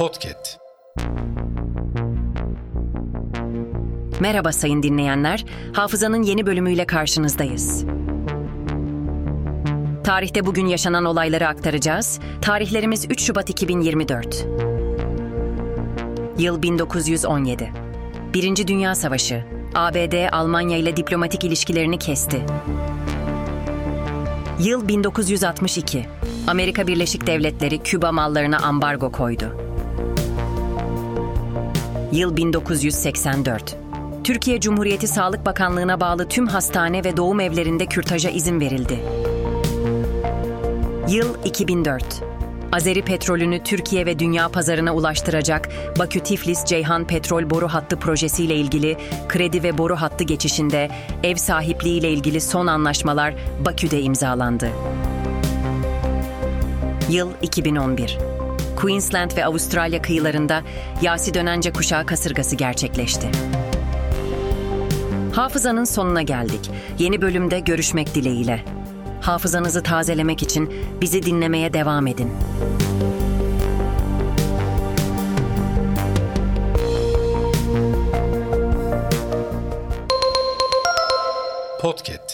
Podcast. Merhaba sayın dinleyenler, Hafızanın yeni bölümüyle karşınızdayız. Tarihte bugün yaşanan olayları aktaracağız. Tarihlerimiz 3 Şubat 2024. Yıl 1917. Birinci Dünya Savaşı. ABD, Almanya ile diplomatik ilişkilerini kesti. Yıl 1962. Amerika Birleşik Devletleri Küba mallarına ambargo koydu. Yıl 1984. Türkiye Cumhuriyeti Sağlık Bakanlığı'na bağlı tüm hastane ve doğum evlerinde kürtaja izin verildi. Yıl 2004. Azeri petrolünü Türkiye ve dünya pazarına ulaştıracak Bakü-Tiflis-Ceyhan petrol boru hattı projesiyle ilgili kredi ve boru hattı geçişinde ev sahipliği ile ilgili son anlaşmalar Bakü'de imzalandı. Yıl 2011. Queensland ve Avustralya kıyılarında Yasi Dönence kuşağı kasırgası gerçekleşti. Hafızanın sonuna geldik. Yeni bölümde görüşmek dileğiyle. Hafızanızı tazelemek için bizi dinlemeye devam edin. Podcast.